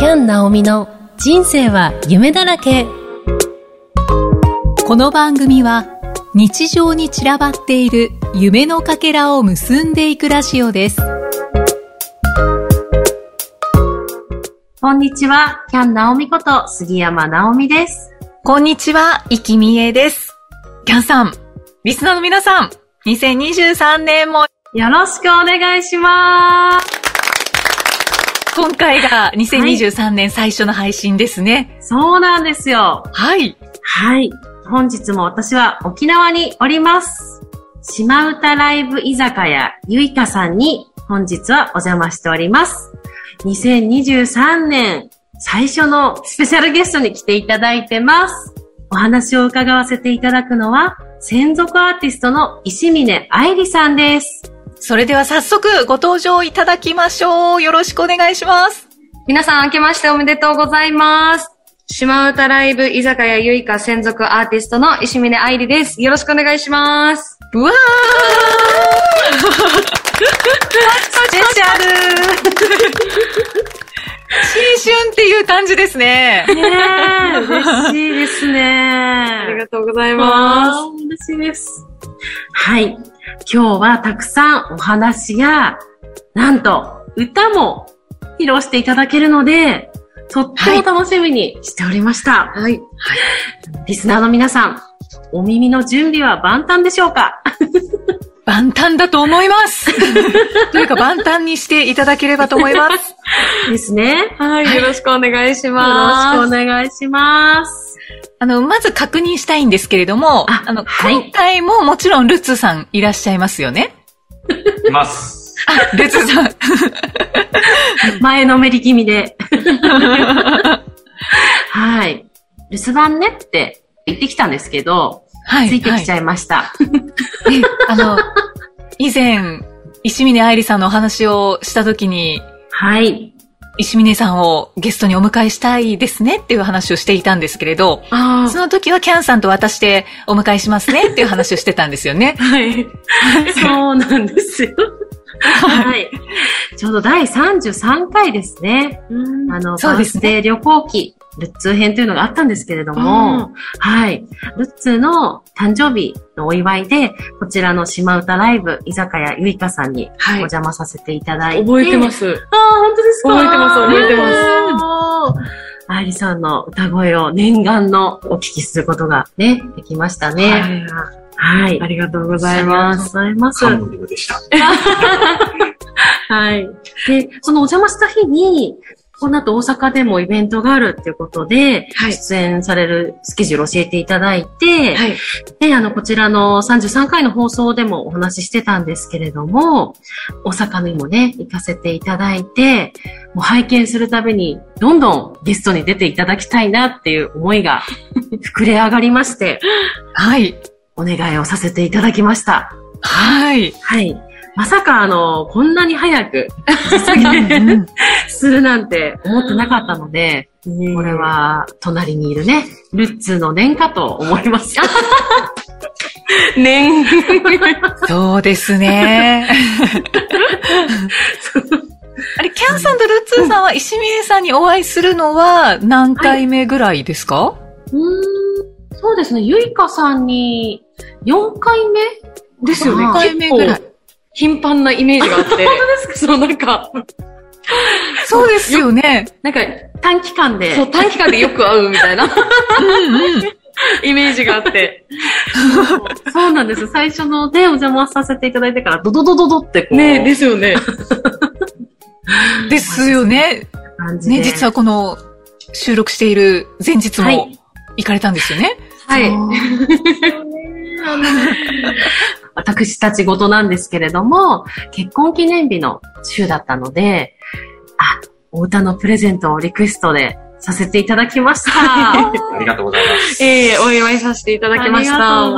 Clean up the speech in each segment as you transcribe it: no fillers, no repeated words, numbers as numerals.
キャン・ナオミの人生は夢だらけ。 この番組は日常に散らばっている夢のかけらを結んでいくラジオです。 こんにちは、キャン・ナオミこと杉山直美です。 こんにちは、生きみえです。キャンさん、リスナーの皆さん、2023年もよろしくお願いします。 今回が2023年最初の配信ですね。 そうなんですよ。 はい。 はい。本日も私は沖縄におります。島唄ライブ居酒屋ゆいかさんに本日はお邪魔しております。2023年最初のスペシャルゲストに来ていただいてます。お話を伺わせていただくのは専属アーティストの石嶺愛理さんです。 それでは早速ご登場いただきましょう。よろしくお願いします。 皆さん明けましておめでとうございます。島唄ライブ居酒屋ゆいか専属アーティストの石嶺愛理です。よろしくお願いします。 うわースペシャル新春っていう感じですね。 ねえ、嬉しいですね。 ありがとうございます。 嬉しいです。はい。今日はたくさんお話や、なんと歌も披露していただけるので、とっても楽しみにしておりました。 はい。 リスナーの皆さん、お耳の準備は万端でしょうか？ 万端だと思います。というか万端にしていただければと思います。 ですね。 はい。よろしくお願いします。 よろしくお願いします。 まず確認したいんですけれども、 はい、 今回ももちろんルッツさんいらっしゃいますよね？ います。 あ、ルッツさん。 前のめり気味で。はい。留守番ねって言ってきたんですけど、はい、ついてきちゃいました。 以前、石嶺愛理さんのお話をしたときに、 はい。 石嶺さんをゲストにお迎えしたいですねっていう話をしていたんですけれど、その時はキャンさんと私でお迎えしますねっていう話をしてたんですよね。 はい。そうなんですよ。はい。ちょうど第33回ですね。 そうですね。 バースデー旅行記、ルッツー編というのがあったんですけれども、はい。ルッツーの誕生日のお祝いで、こちらの島唄ライブ居酒屋ゆいかさんにお邪魔させていただいて。 覚えてます。 ああ、本当ですか？ 覚えてます。 愛理さんの歌声を念願のお聞きすることがね、できましたね。はい。 ありがとうございます。 ありがとうございます。 ハンドリングでした。 はい。で、そのお邪魔した日に、この後大阪でもイベントがあるっていうことで、はい、出演されるスケジュールを教えていただいて、はい、で、こちらの33回の放送でもお話ししてたんですけれども、大阪にもね、行かせていただいて、もう拝見するたびに、どんどんゲストに出ていただきたいなっていう思いが膨れ上がりまして、 はい。 お願いをさせていただきました。 はい。 はい。まさかこんなに早く実現するなんて思ってなかったので、これは隣にいるね、ルッツーの念かと思います。 念そうですね。あれ、キャンさんとルッツーさんは石嶺さんにお会いするのは何回目ぐらいですか？はい、 そうですね、ゆいかさんに4回目ですよね。 4回目ぐらい。 頻繁なイメージがあって。本当ですか？そう、なんか。 そうですよね。 なんか、短期間で。 そう、短期間でよく会うみたいな。イメージがあって。 そうなんです。最初のね、お邪魔させていただいてから、ドドドドドってこう。 ね、ですよね。 ですよね。ね、実はこの収録している前日も行かれたんですよね。 はい。私たち事なんですけれども、結婚記念日の週だったので、お歌のプレゼントをリクエストでさせていただきました。 ありがとうございます。 お祝いさせていただきました。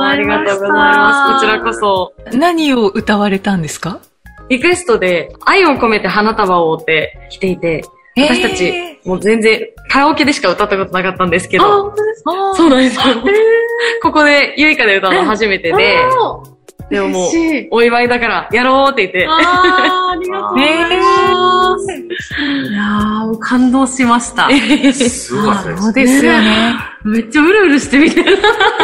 ありがとうございます。こちらこそ。 何を歌われたんですか？ リクエストで、愛を込めて花束をって来ていて、私たち、もう全然、カラオケでしか歌ったことなかったんですけど。 本当ですか？ そうなんですよ。ここで、ゆいかで歌うの初めてで、 でももう、お祝いだからやろうって言って。 ありがとうございます。いやー、もう感動しました。 すごいですね。 そうですよね。 めっちゃうるうるしてみてる。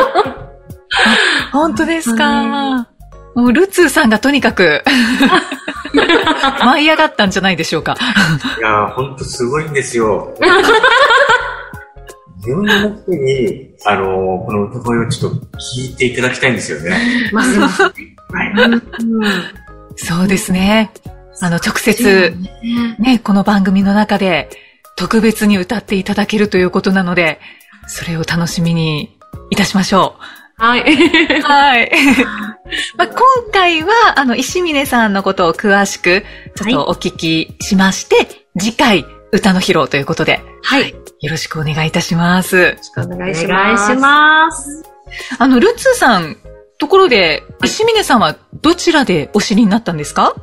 本当ですか。もうルツーさんがとにかく舞い上がったんじゃないでしょうか。 いやー、ほんとすごいんですよ。いろんな人に、この歌声をちょっと聞いていただきたいんですよね。 はい。そうですね。直接、ね、この番組の中で特別に歌っていただけるということなので、それを楽しみにいたしましょう。 はい。 はい。今回は、石峰さんのことを詳しく、ちょっとお聞きしまして、次回、歌の披露ということで、はい。よろしくお願いいたします。よろしくお願いします。お願いします。 ルツーさん、ところで、石峰さんはどちらでお知りになったんですか？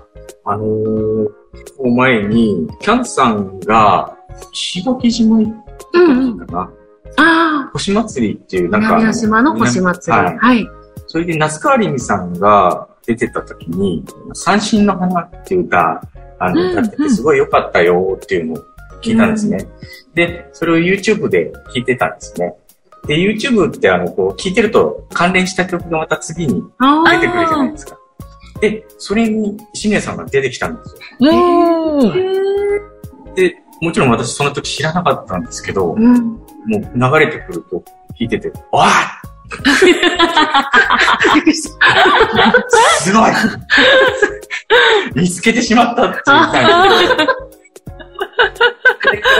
前に、キャンさんが、石垣島行った時かな。星祭りっていう、 南の島の星祭り。はい。 それで、夏川りみさんが出てた時に、三線の花っていう歌、歌っててすごい良かったよっていうのを聞いたんですね。で、それを YouTube で聞いてたんですね。で、YouTube ってこう聞いてると関連した曲がまた次に出てくるじゃないですか。で、それに石宮さんが出てきたんですよ。で、もちろん私その時知らなかったんですけど、もう流れてくると聞いてて、おいすごい見つけてしまったっていう感じで。それから、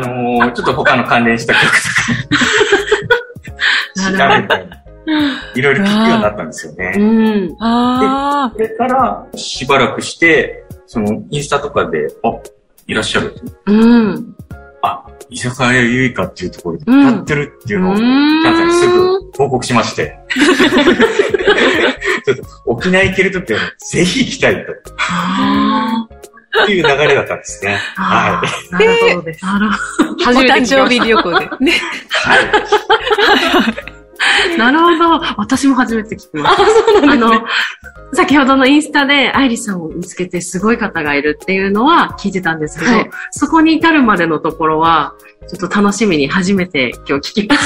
ちょっと他の関連した曲とか調べたり、いろいろ聞くようになったんですよね。で、それからしばらくして、インスタとかで、いらっしゃる。居酒屋ゆいかっていうところで歌ってるっていうのを、キャンさんにすぐ報告しまして。ちょっと沖縄行けるときはぜひ行きたいと。っていう流れだったんですね。はい。 なるほどです。 初めて誕生日旅行で。ね。はい。 なるほど。私も初めて聞きました。そうなんですね。先ほどのインスタで愛理さんを見つけてすごい方がいるっていうのは聞いてたんですけど、そこに至るまでのところは、ちょっと楽しみに初めて今日聞きました。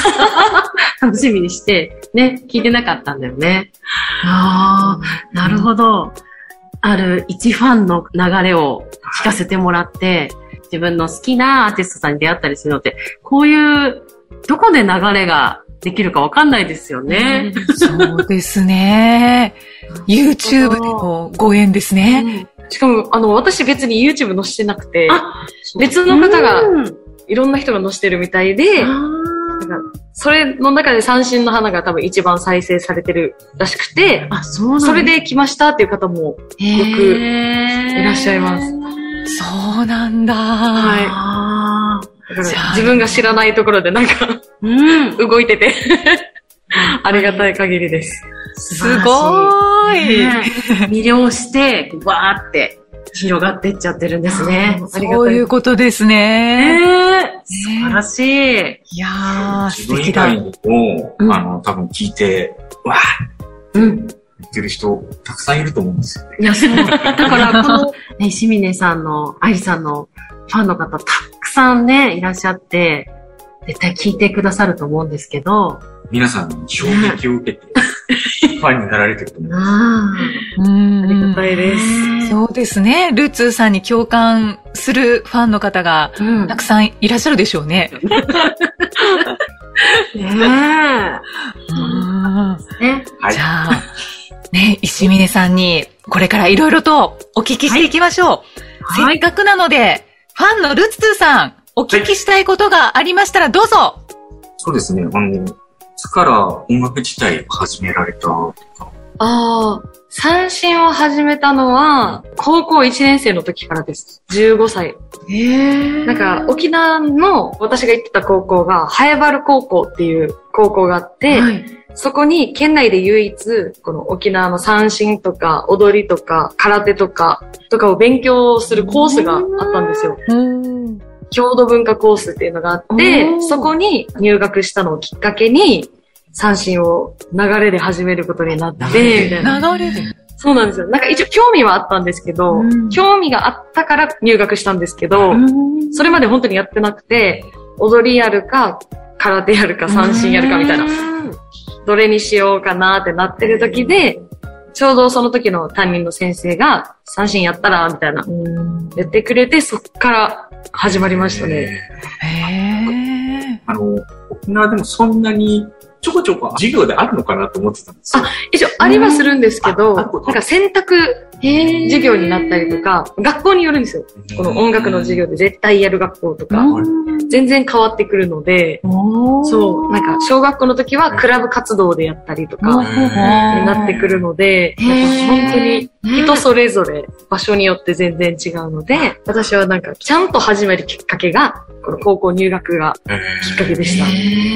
楽しみにして、ね、聞いてなかったんだよね。なるほど。ある一ファンの流れを聞かせてもらって、自分の好きなアーティストさんに出会ったりするのって、こういう、どこで流れができるかわかんないですよね。 そうですね。YouTube でもご縁ですね。 しかも、私別に YouTube 載せてなくて、別の方が、いろんな人が載せてるみたいで、それの中で三線の花が多分一番再生されてるらしくて、それで来ましたっていう方もよくいらっしゃいます。 そうなんだ。 はい。だから自分が知らないところでなんか、動いてて、ありがたい限りです。 すごい。 魅了して、わーって広がっていっちゃってるんですね。 そういうことですね。 素晴らしい。 いやー、 素敵だ。自分以外にも、多分聞いて、わー言ってる人、たくさんいると思うんですよね。 いや、そう。だから、この、石峰さんの、愛理さんのファンの方、たくさんね、いらっしゃって、絶対聞いてくださると思うんですけど、 皆さんに衝撃を受けて、ファンになられてると思います。 ありがたいです。 そうですね。ルーツーさんに共感するファンの方がたくさんいらっしゃるでしょうね。じゃあ、ね、石峰さんにこれからいろいろとお聞きしていきましょう。せっかくなので、ファンのルツーさん、お聞きしたいことがありましたらどうぞ。 そうですね。いつから音楽自体始められたとか。 三線を始めたのは、高校1年生の時からです。15歳。なんか、沖縄の私が行ってた高校が、早原高校っていう高校があって、そこに県内で唯一、この沖縄の三線とか、踊りとか、空手とかを勉強するコースがあったんですよ。郷土文化コースっていうのがあって、そこに入学したのをきっかけに、 三振を流れで始めることになって、みたいな。 流れでそうなんですよ。なんか一応興味はあったんですけど、興味があったから入学したんですけど、それまで本当にやってなくて、踊りやるか、空手やるか、三振やるかみたいな。どれにしようかなってなってる時で、ちょうどその時の担任の先生が、三振やったら、みたいな、言ってくれて、そっから始まりましたね。 沖縄でもそんなに、ちょこちょこ授業であるのかなと思ってたんですよ。 一応ありはするんですけど、なんか選択授業になったりとか、学校によるんですよ。この音楽の授業で絶対やる学校とか、全然変わってくるので、そう、なんか小学校の時はクラブ活動でやったりとか、になってくるので、本当に人それぞれ場所によって全然違うので、私はなんかちゃんと始めるきっかけが、この高校入学がきっかけでした。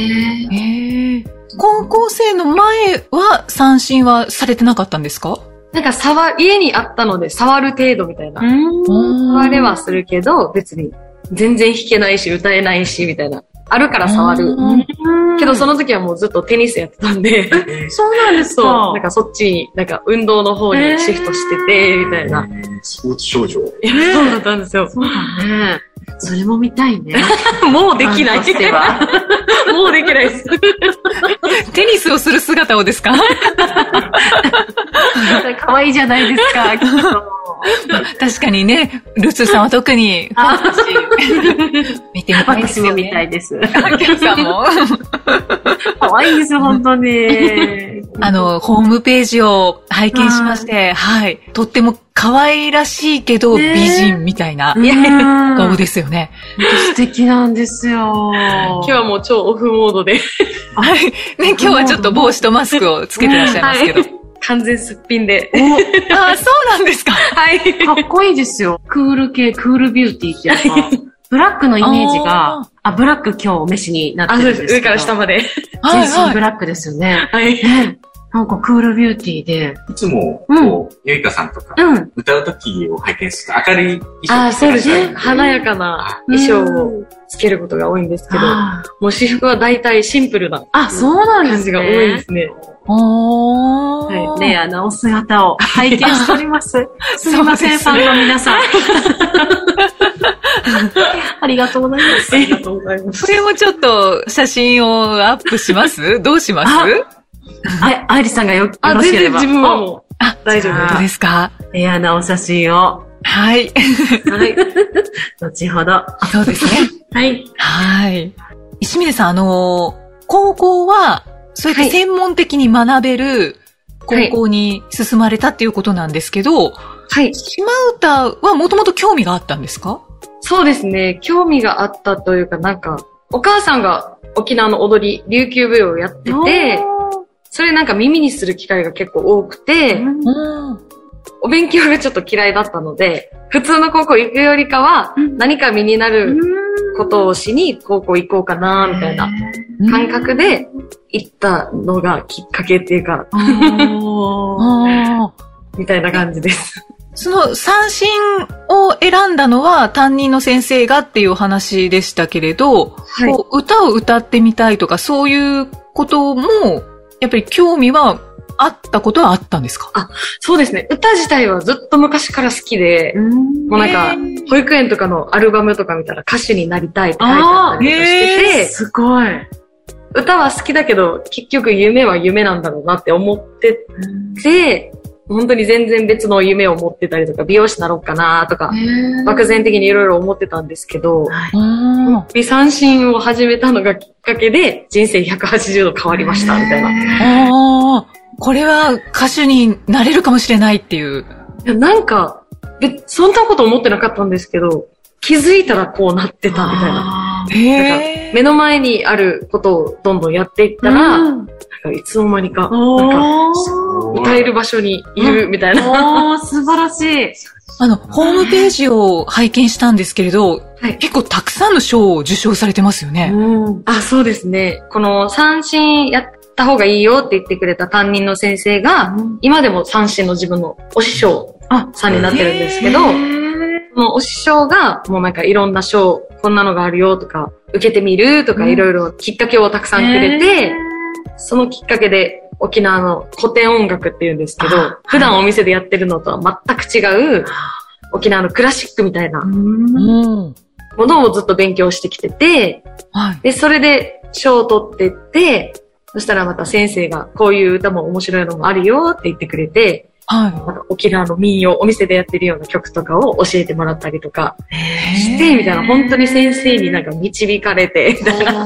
高校生の前は三振はされてなかったんですか？ なんか家にあったので触る程度みたいな。触れはするけど、別に全然弾けないし歌えないし、みたいな。あるから触る。けどその時はもうずっとテニスやってたんで。 そうなんですか。 そう。なんかそっちに、なんか運動の方にシフトしてて、みたいな。 スポーツ少女。 そうだったんですよ。 そうだね。それも見たいね。 もうできない。もうできないです。 テニスをする姿をですか？ 可愛いじゃないですか。 確かにね、ルツーさんは特にファンだし、見てみたいですよね。 私も見たいです。 キャンさんも可愛いですよ、本当に。 ホームページを拝見しまして、はい。とっても可愛らしいけど美人みたいな顔ですよね。 素敵なんですよ。 今日はもう超オフモードで。 はい。ね、今日はちょっと帽子とマスクをつけてらっしゃいますけど。 完全すっぴんで。 あ、そうなんですか。 はい。 かっこいいですよ。クール系、クールビューティーってやつか。ブラックのイメージが、ブラック今日お召しになってるんですけど。 上から下まで。 全身ブラックですよね。 はい。 なんかクールビューティーで。 いつも、こう、ゆいかさんとか、歌うときを拝見すると明るい衣装そうですね。華やかな衣装をつけることが多いんですけど、もう私服は大体シンプルなそうなんですね。 感じが多いですね。 はい。レアなお姿を拝見しております。すみません、ファンの皆さん。ありがとうございます。 ありがとうございます。 これもちょっと写真をアップします？どうします？ アイリさんがよろしければ。 全然自分はもう大丈夫です。 どうですか？ レアなお写真を。 はい。 はい。後ほど。 そうですね。 はい。 はい。石峰さん、高校は、そうやって専門的に学べる高校に進まれたっていうことなんですけど、 はい。 島唄はもともと興味があったんですか？ そうですね。興味があったというか、なんか、お母さんが沖縄の踊り、琉球舞踊をやってて、それなんか耳にする機会が結構多くて、お勉強がちょっと嫌いだったので、普通の高校行くよりかは、何か身になることをしに高校行こうかな、みたいな感覚で行ったのがきっかけっていうか、みたいな感じです。 その三振を選んだのは担任の先生がっていう話でしたけれど、はい、こう歌を歌ってみたいとかそういうこともやっぱり興味はあったことはあったんですか？ そうですね。歌自体はずっと昔から好きで、もうなんか、保育園とかのアルバムとか見たら歌手になりたいって書いてあったりとかしてて、 すごい。 歌は好きだけど、結局夢は夢なんだろうなって思ってて、本当に全然別の夢を持ってたりとか、美容師になろうかなとか、漠然的にいろいろ思ってたんですけど、三振を始めたのがきっかけで、人生180度変わりました、みたいな。 これは歌手になれるかもしれないっていう。 いやなんか、そんなこと思ってなかったんですけど、気づいたらこうなってたみたいな。なんか目の前にあることをどんどんやっていったら、なんかいつの間にか、なんか歌える場所にいるみたいな。 素晴らしい。 ホームページを拝見したんですけれど、はい、結構たくさんの賞を受賞されてますよね。 そうですね。この三振やった方がいいよって言ってくれた担任の先生が、今でも三振の自分のお師匠さんになってるんですけど、そのお師匠がもうなんかいろんな賞、こんなのがあるよとか、受けてみるとかいろいろきっかけをたくさんくれて、 そのきっかけで沖縄の古典音楽っていうんですけど、普段お店でやってるのとは全く違う、沖縄のクラシックみたいなものをずっと勉強してきてて、で、それで賞を取ってって、そしたらまた先生がこういう歌も面白いのもあるよって言ってくれて、また沖縄の民謡、お店でやってるような曲とかを教えてもらったりとかして、みたいな、本当に先生になんか導かれて、みたいな。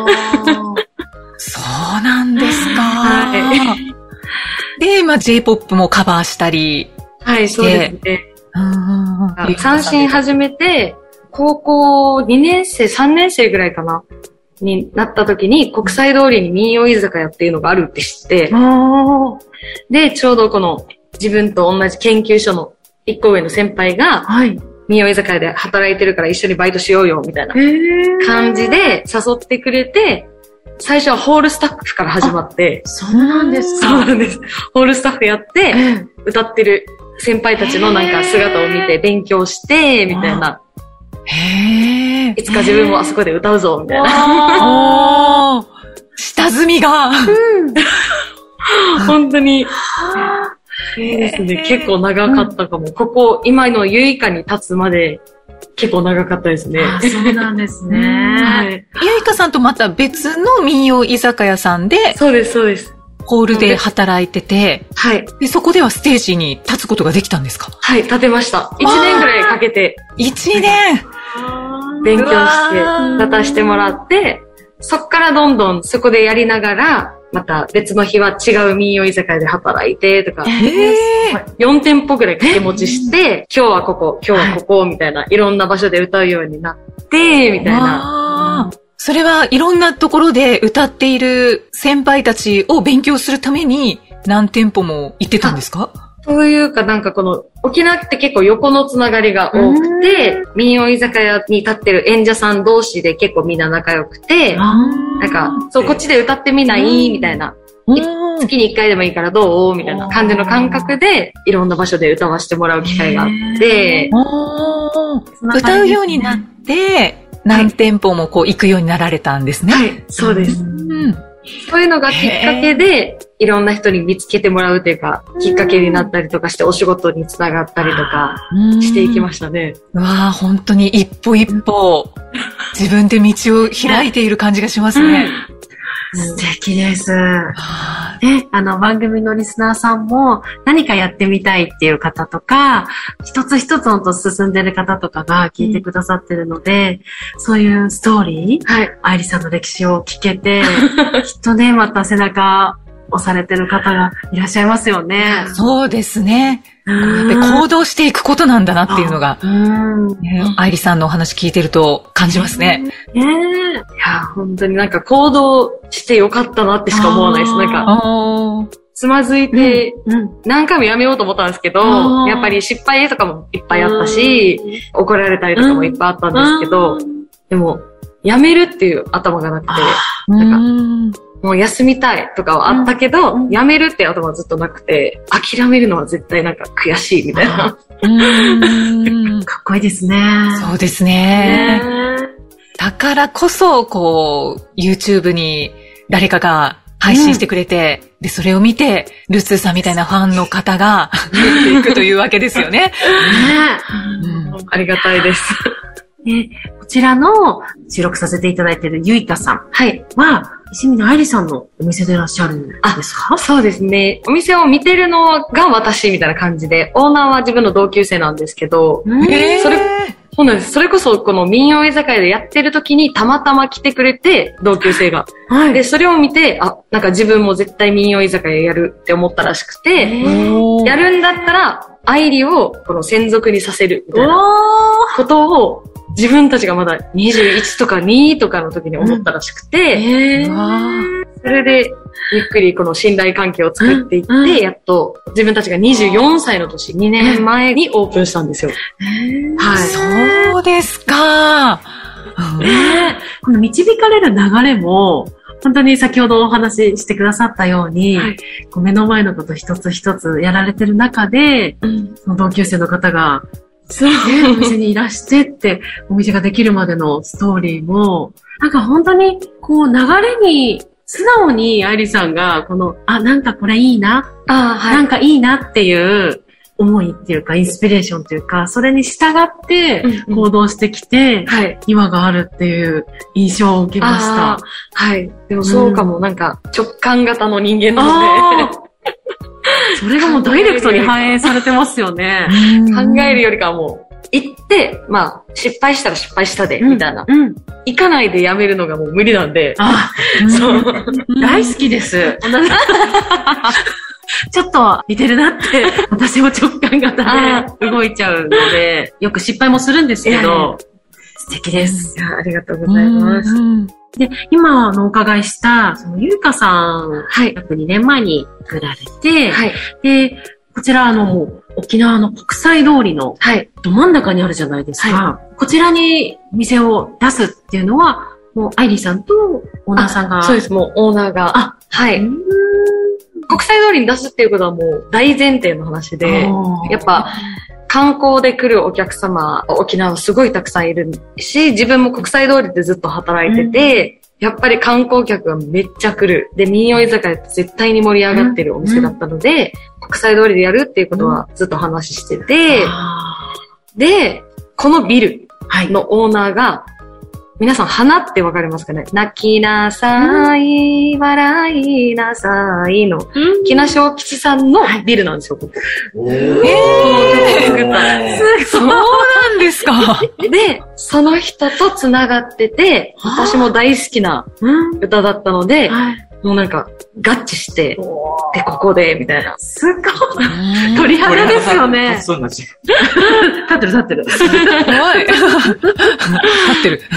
そうなんですか。で、まあ J-POP もカバーしたり。 はい、そうですね。三線始めて、高校2年生、3年生ぐらいかな。になった時に国際通りに民謡居酒屋っていうのがあるって知って、で、ちょうどこの自分と同じ研究所の一個上の先輩が、民謡居酒屋で働いてるから一緒にバイトしようよみたいな感じで誘ってくれて、最初はホールスタッフから始まって、 そうなんですか。 そうなんです。ホールスタッフやって、歌ってる先輩たちのなんか姿を見て勉強して、みたいな。いつか自分もあそこで歌うぞ、みたいな。 下積みが。 本当に。ですね。結構長かったかも。ここ、今のゆいかに立つまで、結構長かったですね。 そうなんですね。 ゆいかさんとまた別の民謡居酒屋さんで、 そうです、そうです。 ホールで働いてて、で、そこではステージに立つことができたんですか？ はい、立てました。1年ぐらいかけて。 1年勉強して、立たしてもらって、そっからどんどんそこでやりながら、また別の日は違う民謡居酒屋で働いてとか、4店舗ぐらい掛け持ちして、今日はここ、今日はここ、みたいな、いろんな場所で歌うようになって、みたいな。 それはいろんなところで歌っている先輩たちを勉強するために何店舗も行ってたんですか？ というかなんかこの沖縄って結構横のつながりが多くて、民謡居酒屋に立ってる演者さん同士で結構みんな仲良くて、なんか、そう、こっちで歌ってみないみたいな。月に1回でもいいからどうみたいな感じの感覚で、いろんな場所で歌わせてもらう機会があって、 歌うようになって、何店舗もこう行くようになられたんですね。 はい、そうです。そういうのがきっかけで、いろんな人に見つけてもらうというか、きっかけになったりとかして、お仕事につながったりとかしていきましたね。 うわぁ、本当に一歩一歩、自分で道を開いている感じがしますね。 素敵です。番組のリスナーさんも何かやってみたいっていう方とか、一つ一つのと進んでる方とかが聞いてくださってるので、そういうストーリー、愛理さんの歴史を聞けて、きっとね、また背中押されてる方がいらっしゃいますよね。 そうですね。やっぱり行動していくことなんだなっていうのが、愛理さんのお話聞いてると感じますね。 いや、本当になんか行動してよかったなってしか思わないです。なんか、つまずいて、何回もやめようと思ったんですけど、やっぱり失敗とかもいっぱいあったし、怒られたりとかもいっぱいあったんですけど、でも、やめるっていう頭がなくて、なんか、もう休みたいとかはあったけど、やめるって頭はずっとなくて、諦めるのは絶対なんか悔しいみたいな。かっこいいですね。 そうですね。だからこそ、こう、YouTube に誰かが配信してくれて、で、それを見て、ルツーさんみたいなファンの方が増えていくというわけですよね。 ありがたいです。 こちらの収録させていただいているゆいかさんは、石見の愛理さんのお店でいらっしゃるんですか？ そうですね。お店を見てるのが私みたいな感じで、オーナーは自分の同級生なんですけど、そうなんです。それこそこの民謡居酒屋でやってる時にたまたま来てくれて、同級生が。で、それを見て、なんか自分も絶対民謡居酒屋やるって思ったらしくて、やるんだったら、愛理をこの専属にさせるみたいなことを、自分たちがまだ21とか2とかの時に思ったらしくて、それでゆっくりこの信頼関係を作っていって、やっと自分たちが24歳の年、2年前にオープンしたんですよ。 そうですか。 この導かれる流れも、本当に先ほどお話ししてくださったように、目の前のこと一つ一つやられてる中で、その同級生の方が、お店にいらしてって、お店ができるまでのストーリーも、なんか本当に、こう流れに素直に愛理さんが、なんかこれいいな、 はい、 なんかいいなっていう思いっていうか、インスピレーションというか、それに従って行動してきて、 はい、 今があるっていう印象を受けました。 はい。でもそうかも、なんか直感型の人間なので。 それがもうダイレクトに反映されてますよね。 考えるよりかはもう、行って、失敗したら失敗したで、みたいな。行かないでやめるのがもう無理なんで。 そう。大好きです。ちょっと似てるなって、私も直感型で動いちゃうので、よく失敗もするんですけど、素敵です。 ありがとうございます。 で、今お伺いした、ゆうかさん、約2年前に作られて、で、こちらもう沖縄の国際通りのど真ん中にあるじゃないですか。こちらに店を出すっていうのは、もうアイリーさんとオーナーさんが。 そうです、もうオーナーが。はい。国際通りに出すっていうことはもう大前提の話で、やっぱ観光で来るお客様、沖縄すごいたくさんいるし、自分も国際通りでずっと働いてて、やっぱり観光客がめっちゃ来る。で、民謡居酒屋って絶対に盛り上がってるお店だったので、国際通りでやるっていうことはずっと話してて、で、このビルのオーナーが、皆さん、花ってわかりますかね？泣きなさい、笑いなさいの、木梨小吉さんのビルなんですよ、ここ。 そうなんですか。 で、その人と繋がってて、私も大好きな歌だったので、もうなんか、合致して、で、ここで、みたいな。 すごい。鳥肌ですよね。 そうなんですよ。 立ってる。 すごい。立ってる。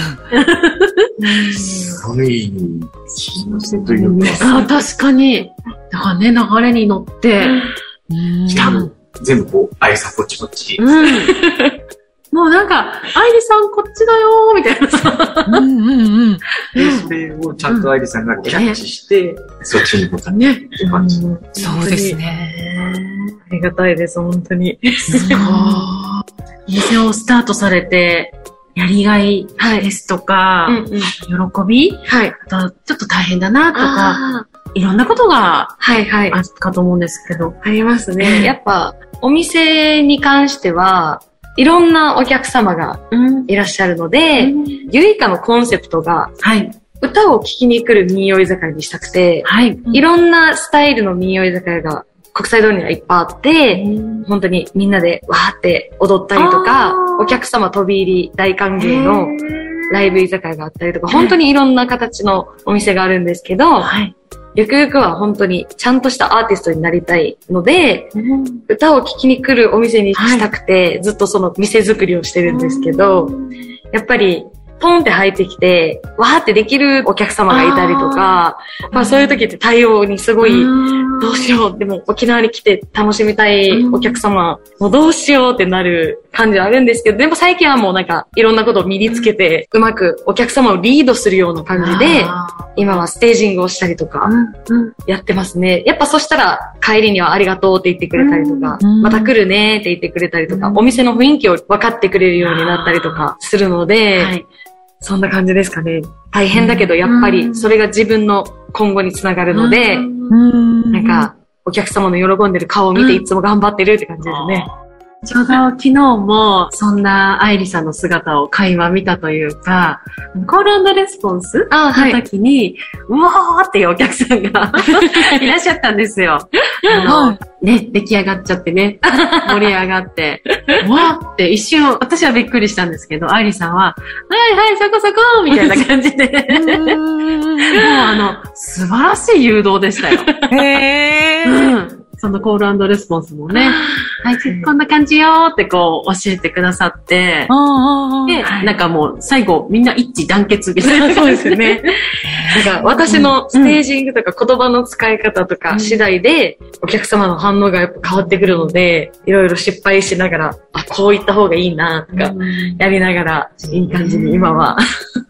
すごい、幸せというか。 確かに。だからね、流れに乗って、 来た。全部こう、あいさこっちこっち。 もうなんか、愛理さんこっちだよーみたいなさ。 で、それをちゃんと愛理さんがキャッチして、そっちに向かってって感じ。 そうですね。 ありがたいです、本当に。 すごい。店をスタートされて、やりがいですとか、喜び、あとちょっと大変だなとか、いろんなことがあるかと思うんですけど。 ありますね。やっぱ、お店に関しては、いろんなお客様がいらっしゃるので、ゆいかのコンセプトが、歌を聴きに来る民謡居酒屋にしたくて、いろんなスタイルの民謡居酒屋が国際通りにはいっぱいあって、本当にみんなでわーって踊ったりとか、お客様飛び入り大歓迎のライブ居酒屋があったりとか、本当にいろんな形のお店があるんですけど、ゆくゆくは本当にちゃんとしたアーティストになりたいので、歌を聴きに来るお店にしたくて、ずっとその店作りをしてるんですけど、やっぱりポンって入ってきて、わーってできるお客様がいたりとか、そういう時って対応にすごい、どうしよう、でも沖縄に来て楽しみたいお客様、もうどうしようってなる感じはあるんですけど、でも最近はもうなんかいろんなことを身につけて、うまくお客様をリードするような感じで、今はステージングをしたりとか、やってますね。やっぱそしたら帰りにはありがとうって言ってくれたりとか、また来るねって言ってくれたりとか、お店の雰囲気を分かってくれるようになったりとかするので、そんな感じですかね。大変だけど、やっぱりそれが自分の今後につながるので、なんか、お客様の喜んでる顔を見ていつも頑張ってるって感じですね。 ちょうど昨日も、そんな愛理さんの姿を会話見たというか、コール&レスポンスの時に、うわーっていうお客さんがいらっしゃったんですよ。ね、出来上がっちゃってね、盛り上がって、わーって一瞬、私はびっくりしたんですけど、愛理さんは、はいはい、そこそこみたいな感じで、もう素晴らしい誘導でしたよ。そのコール&レスポンスもね、はい、こんな感じよーってこう教えてくださって、で、なんかもう最後みんな一致団結みたいな。 そうですね。なんか私のステージングとか言葉の使い方とか次第でお客様の反応がやっぱ変わってくるので、いろいろ失敗しながら、こう言った方がいいなとかやりながら、いい感じに今は。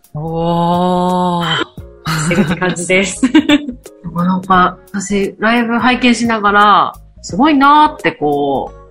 してるって感じです。 なんか、私、ライブ拝見しながら、すごいなーってこう、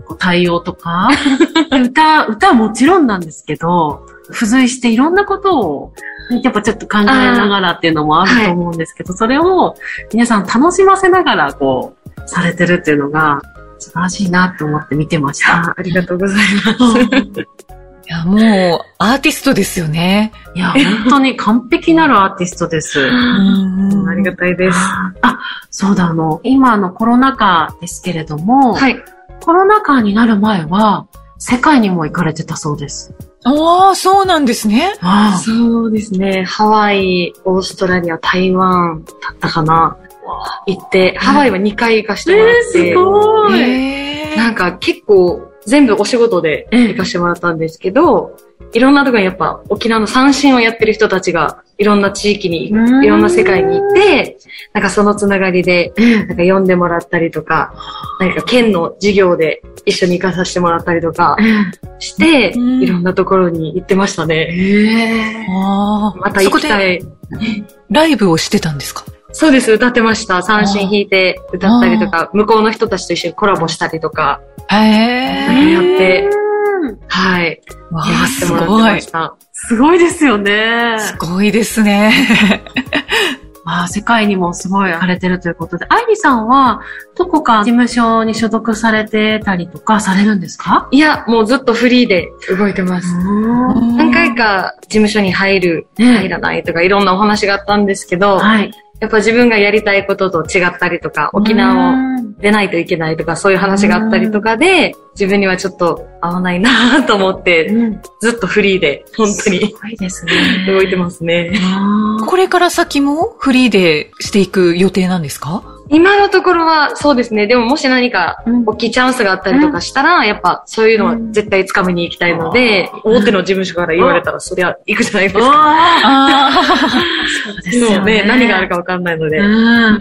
対応とか、歌はもちろんなんですけど、付随していろんなことを、やっぱちょっと考えながらっていうのもあると思うんですけど、それを皆さん楽しませながら、されてるっていうのが、素晴らしいなと思って見てました。 ありがとうございます。 いや、もう、アーティストですよね。 いや、本当に完璧なるアーティストです。 ありがたいです。 そうだ、今コロナ禍ですけれども、 はい。 コロナ禍になる前は、世界にも行かれてたそうです。 ああ、そうなんですね。 そうですね。ハワイ、オーストラリア、台湾だったかな。行って、ハワイは2回行かしてもらって。 すごい。 なんか結構、全部お仕事で行かしてもらったんですけど、いろんなところにやっぱ沖縄の三線をやってる人たちがいろんな地域に、いろんな世界に行って、なんかそのつながりで、なんか呼んでもらったりとか、なんか県の授業で一緒に行かさせてもらったりとかして、いろんなところに行ってましたね。また行きたい。 ライブをしてたんですか？ そうです、歌ってました。三振弾いて歌ったりとか、向こうの人たちと一緒にコラボしたりとか、やって、はい。やらせてもらってました。 すごいですよね。 すごいですね。 世界にもすごい荒れてるということで、愛理さんはどこか事務所に所属されてたりとかされるんですか？ いや、もうずっとフリーで動いてます。何回か事務所に入らないとかいろんなお話があったんですけど、やっぱ自分がやりたいことと違ったりとか、沖縄を出ないといけないとか、そういう話があったりとかで、自分にはちょっと合わないなと思って、ずっとフリーで、本当に。 すごいですね。 動いてますね。 これから先もフリーでしていく予定なんですか？ 今のところはそうですね。でももし何か大きいチャンスがあったりとかしたら、やっぱそういうのは絶対掴みに行きたいので、大手の事務所から言われたらそりゃ行くじゃないですか。 そうですよね。 何があるかわかんないので。はい。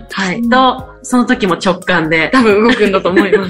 その時も直感で。 多分動くんだと思います。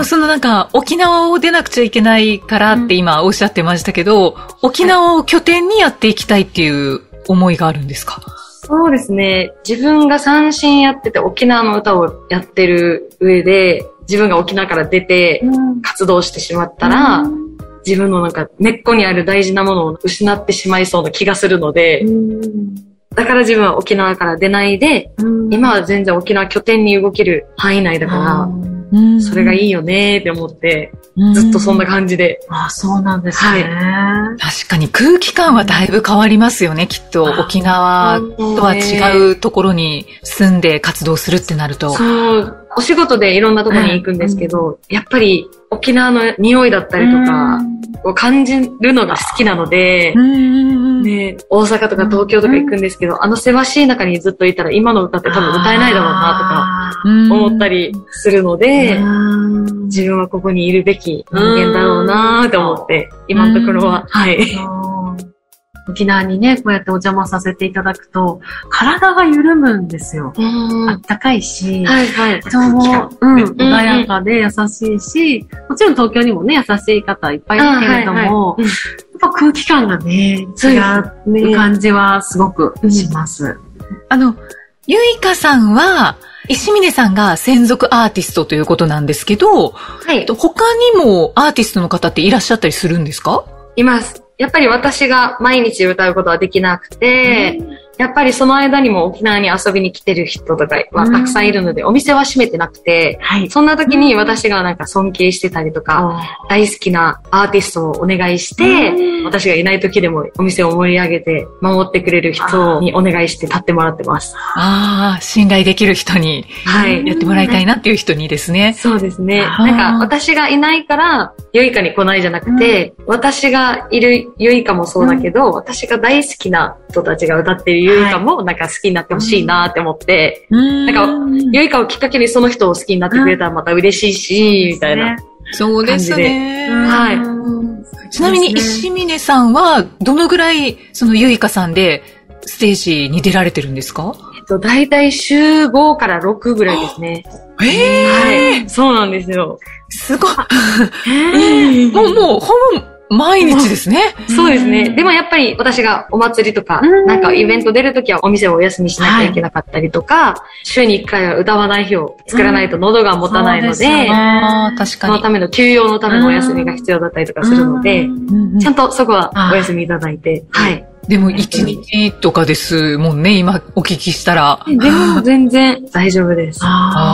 そのなんか、沖縄を出なくちゃいけないからって今おっしゃってましたけど、沖縄を拠点にやっていきたいっていう思いがあるんですか？ そうですね。自分が三線やってて沖縄の歌をやってる上で、自分が沖縄から出て活動してしまったら、自分のなんか根っこにある大事なものを失ってしまいそうな気がするので、だから自分は沖縄から出ないで、今は全然沖縄拠点に動ける範囲内だから、それがいいよねって思って、ずっとそんな感じで。 そうなんですね。 確かに空気感はだいぶ変わりますよね、きっと。沖縄とは違うところに住んで活動するってなると。 そう。お仕事でいろんなところに行くんですけど、やっぱり沖縄の匂いだったりとかを感じるのが好きなので、ね、大阪とか東京とか行くんですけど、せわしい中にずっといたら今の歌って多分歌えないだろうなとか思ったりするので、自分はここにいるべき人間だろうなと思って、今のところは、はい。 沖縄にね、こうやってお邪魔させていただくと、体が緩むんですよ。あったかいし、人も、穏やかで優しいし、もちろん東京にもね、優しい方いっぱいいるけれども、やっぱ空気感がね、違う感じはすごくします。 ゆいかさんは、石峰さんが専属アーティストということなんですけど、他にもアーティストの方っていらっしゃったりするんですか？ います。やっぱり私が毎日歌うことはできなくて、やっぱりその間にも沖縄に遊びに来てる人とかはたくさんいるので、お店は閉めてなくて、そんな時に私がなんか尊敬してたりとか、大好きなアーティストをお願いして、私がいない時でもお店を盛り上げて守ってくれる人にお願いして立ってもらってます。 信頼できる人にやってもらいたいなっていう人にですね。 そうですね。なんか私がいないからゆいかに来ないじゃなくて、私がいるゆいかもそうだけど、私が大好きな人たちが歌ってるゆいかもなんか好きになってほしいなって思って、なんかゆいかをきっかけにその人を好きになってくれたらまた嬉しいし、みたいな。 そうですね。ちなみに石峰さんはどのぐらいそのゆいかさんでステージに出られてるんですか？ だいたい週5から6ぐらいですね。はい。そうなんですよ。 すごい。もうほぼ毎日ですね。 そうですね。でもやっぱり私がお祭りとか、なんかイベント出るときはお店をお休みしなきゃいけなかったりとか、週に1回は歌わない日を作らないと喉が持たないので、 確かに。 そのための休養のためのお休みが必要だったりとかするので、ちゃんとそこはお休みいただいて、はい。 でも1日とかですもんね、今お聞きしたら。 でも全然大丈夫です。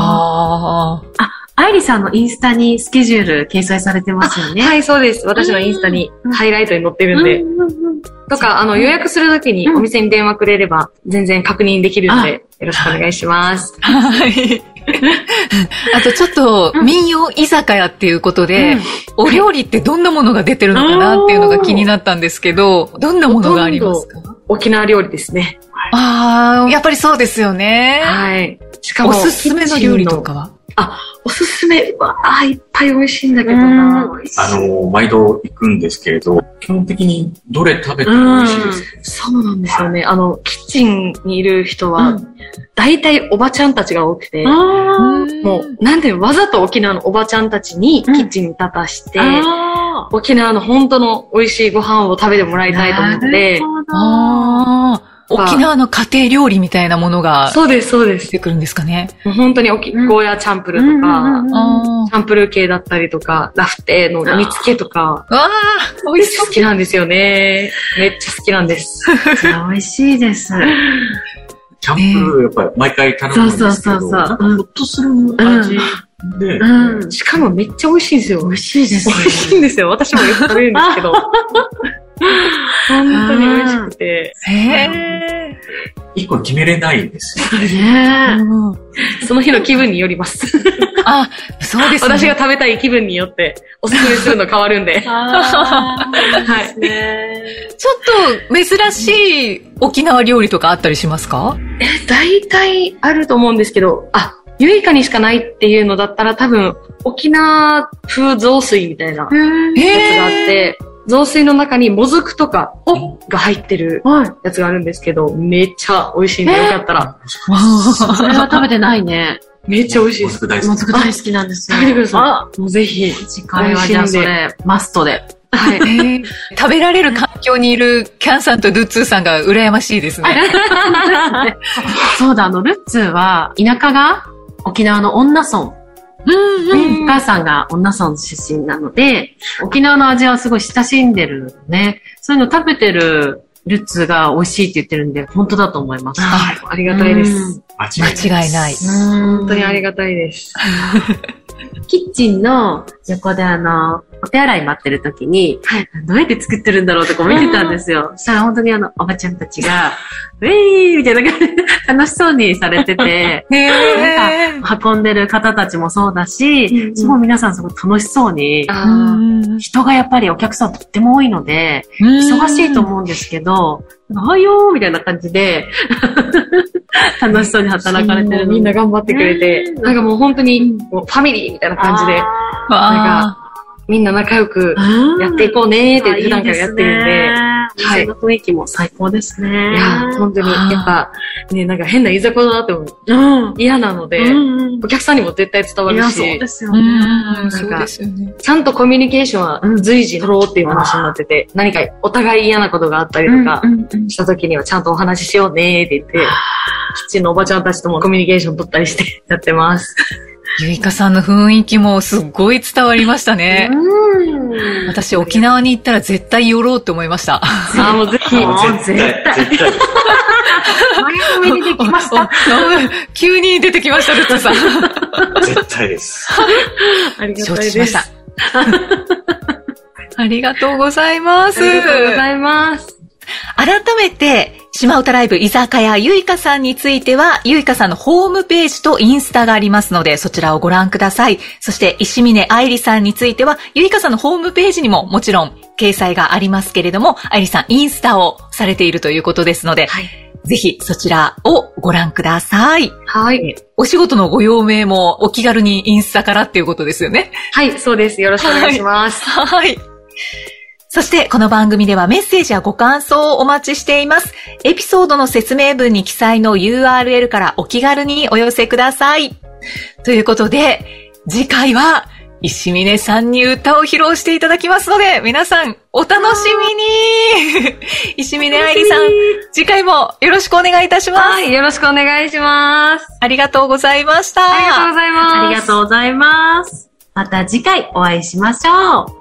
愛理さんのインスタにスケジュール掲載されてますよね。 はい、そうです。私のインスタにハイライトに載ってるんで。とか、予約するときにお店に電話くれれば全然確認できるので、よろしくお願いします。 はい。あとちょっと民謡居酒屋っていうことで、お料理ってどんなものが出てるのかなっていうのが気になったんですけど、どんなものがありますか？ 沖縄料理ですね。 やっぱりそうですよね。 はい。しかも、 おすすめの料理とかは？ おすすめいっぱい美味しいんだけどな。 毎度行くんですけれど、基本的にどれ食べても美味しいですね。 そうなんですよね。キッチンにいる人は、大体おばちゃんたちが多くて、もう、なんでわざと沖縄のおばちゃんたちにキッチンに立たして、沖縄の本当の美味しいご飯を食べてもらいたいと思って、 沖縄の家庭料理みたいなものがそうです、そうです。 出てくるんですかね。 もう本当にゴーヤチャンプルーとか、チャンプルー系だったりとか、ラフテーの煮付けとか、 美味しそう。 好きなんですよね。めっちゃ好きなんです。 美味しいです。 チャンプルーやっぱり毎回頼むんですけど、なんかほっとする味で、 しかもめっちゃ美味しいんですよ。 美味しいです。 美味しいんですよ。私もよく食べるんですけど。本当に美味しくて。 一個決めれないですよね。 その日の気分によります。 そうですね。 私が食べたい気分によっておすすめするの変わるんで。はい。 ちょっと珍しい沖縄料理とかあったりしますか？ 大体あると思うんですけど、ユイカにしかないっていうのだったら多分沖縄風雑炊みたいなやつがあって、雑炊の中にもずくとかが入ってるやつがあるんですけど、めっちゃ美味しいんでよかったら。 それは食べてないね。 めっちゃ美味しいです。 もずく大好きなんですよ。 食べてください。もうぜひ。 次回はじゃあそれ、マストで。 はい。食べられる環境にいるキャンさんとルッツーさんが羨ましいですね。 そうだ、ルッツーは田舎が沖縄の恩納村。お母さんが恩納村出身なので、沖縄の味はすごい親しんでるのね。そういうの食べてるルッツが美味しいって言ってるんで、本当だと思います。 ありがたいです。 間違いない。 本当にありがたいです。 キッチンの横でお手洗い待ってる時に、どうやって作ってるんだろうとか見てたんですよ。そしたら本当におばちゃんたちが、ウェイみたいな感じで楽しそうにされてて、なんか運んでる方たちもそうだし、すごい皆さんすごい楽しそうに、人がやっぱりお客さんとっても多いので、忙しいと思うんですけど、はよーみたいな感じで、楽しそうに働かれてるみんな頑張ってくれて、なんかもう本当にファミリーみたいな感じで、なんかみんな仲良くやっていこうねーって普段からやってるんで、 はい。その雰囲気も最高ですね。 いや、本当に、やっぱ、ね、なんか変ないざこざだって嫌なので、お客さんにも絶対伝わるし。 そうですよね。 そうですよね。 ちゃんとコミュニケーションは随時取ろうっていう話になってて、何かお互い嫌なことがあったりとかした時にはちゃんとお話ししようねーって言って、キッチンのおばちゃんたちともコミュニケーション取ったりしてやってます。 ゆいかさんの雰囲気もすっごい伝わりましたね。私沖縄に行ったら絶対寄ろうって思いました。 もうぜひ。 絶対。前に出てきました。 急に出てきました、ルッツさん。 絶対です。 ありがとうございます。 承知しました。ありがとうございます。 ありがとうございます。 改めて、島唄ライブ居酒屋ゆいかさんについては、ゆいかさんのホームページとインスタがありますので、そちらをご覧ください。そして、石峰愛理さんについては、ゆいかさんのホームページにももちろん掲載がありますけれども、愛理さんインスタをされているということですので、ぜひそちらをご覧ください。 はい。 お仕事のご用命もお気軽にインスタからっていうことですよね。 はい、そうです。よろしくお願いします。 はい。そしてこの番組ではメッセージやご感想をお待ちしています。エピソードの説明文に記載の URL からお気軽にお寄せください。ということで、次回は石峰さんに歌を披露していただきますので、皆さんお楽しみに石峰愛理さん、次回もよろしくお願いいたします。 はい、よろしくお願いします。 ありがとうございました。 ありがとうございます。 ありがとうございます。また次回お会いしましょう。